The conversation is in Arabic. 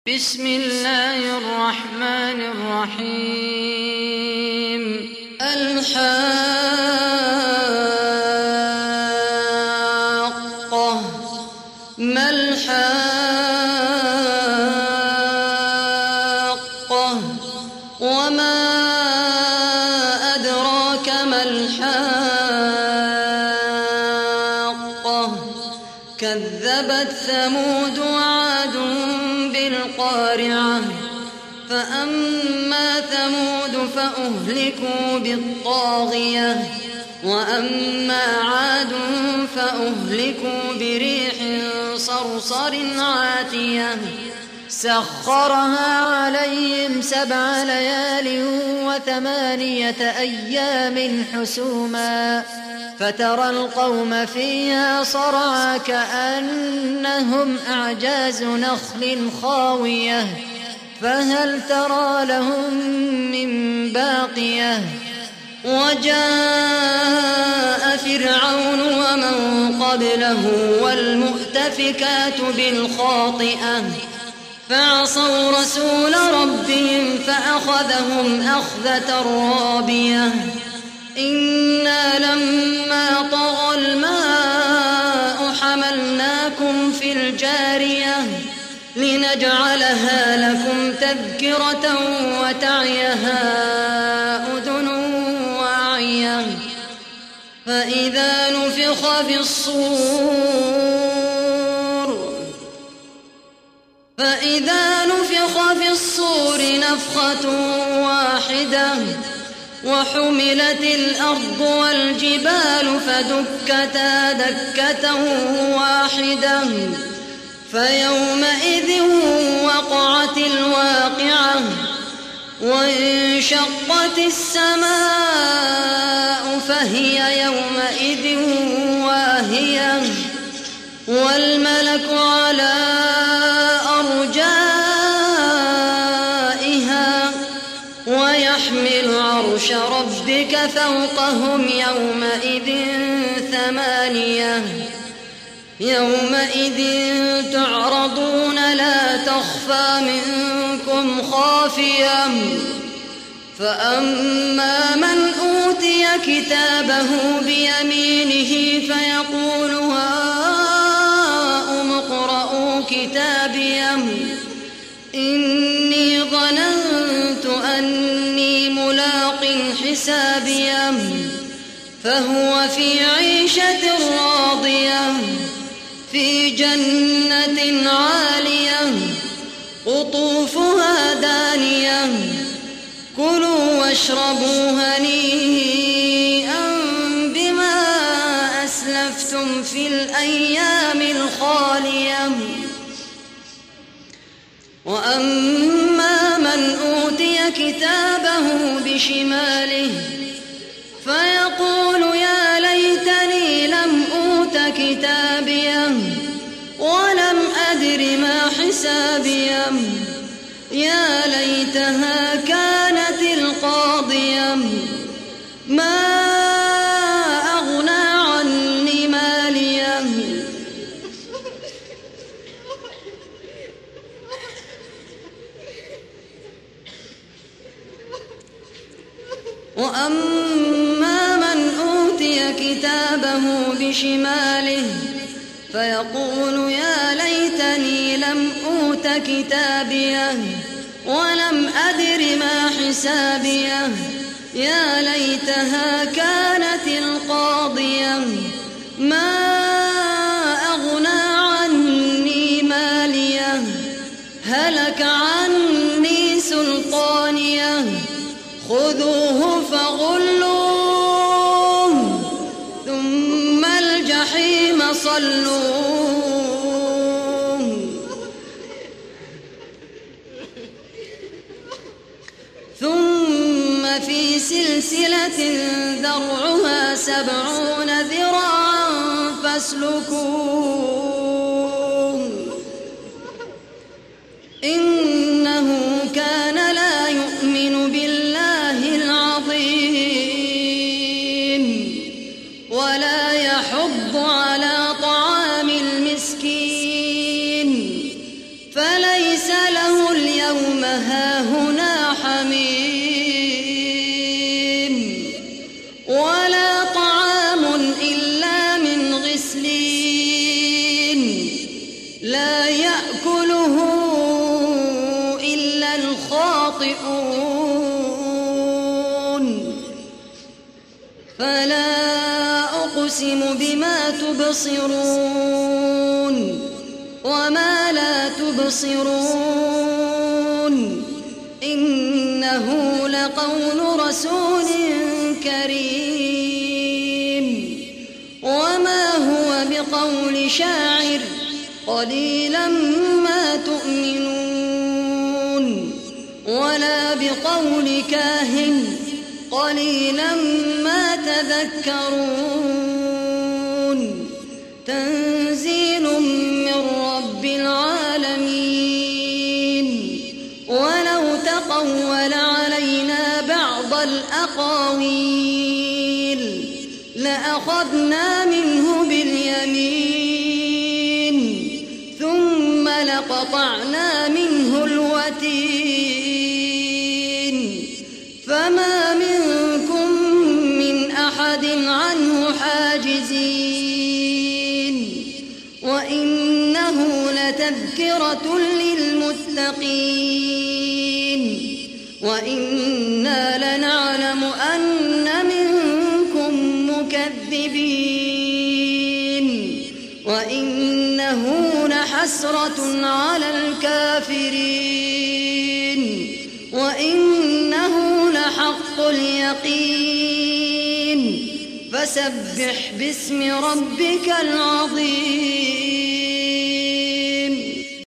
بسم الله الرحمن الرحيم. الحاقة ما الحاقة وما أدراك ما الحاقة كذبت ثمود وعاد بالقارعة فأما ثمود فأهلكوا بالطاغية وأما عاد فأهلكوا بريح صرصر عاتية سخرها عليهم 7 ليال و8 أيام حسوما فترى القوم فيها صرعى كأنهم أعجاز نخل خاوية فهل ترى لهم من باقية وجاء فرعون ومن قبله والمؤتفكات بالخاطئة فعصوا رسول ربهم فأخذهم أخذة رابية إنا لما طغى الماء حملناكم في الجارية لنجعلها لكم تذكرة وتعيها أذن واعية فإذا نفخ في الصور نفخة واحدة وحملت الأرض والجبال فدكتا دكة واحدة فيومئذ وقعت الواقعة وانشقت السماء فهي يومئذ واهية والملك على أرجائها ويحمل عرش ربك فوقهم يومئذ تعرضون لا تخفى منكم خافية فأما من أوتي كتابه بيمينه فيقول هاؤم اقرءوا كتابيه إني ظننت أني ملاق حسابيه فهو في عيشة راضية في جنة عالية قطوفها دانية كلوا واشربوا هنيئا بما أسلفتم في الأيام الخالية وأما من أوتي كتابه بشماله فيقول يا ليتني لم أوت كتابيه ولم أدر ما حسابيه يا ليتها كانت القاضية ما أغنى عني ماليه وأما من أوتي كتابه بشماله فيقول يا ليتني لم أوت كتابيه ولم أدر ما حسابيه يا ليتها كانت القاضية ما أغنى عني ماليه هلك عني سلطانيه خذوه فغلوه ثم الجحيم صلوه ثم في سلسلة ذرعها 70 ذراعا فاسلكوه إنه كان لا يؤمن بالله العظيم ولا يحض على طعام المسكين فليس له أقسم بما تبصرون وما لا تبصرون إنه لقول رسول كريم وما هو بقول شاعر قليلا ما تؤمنون ولا بقول كاهن قليلا ما تذكرون تنزيل من رب العالمين ولو تقول علينا بعض الأقاويل لأخذنا منه باليمين ثم لقطعنا منه الوتين فما منكم من أحد عنه حاجزين وإنه لتذكرة للمتقين وإنا لنعلم أن منكم مكذبين وإنه لحسرة على الكافرين وإنه لحق اليقين فسبح باسم ربك العظيم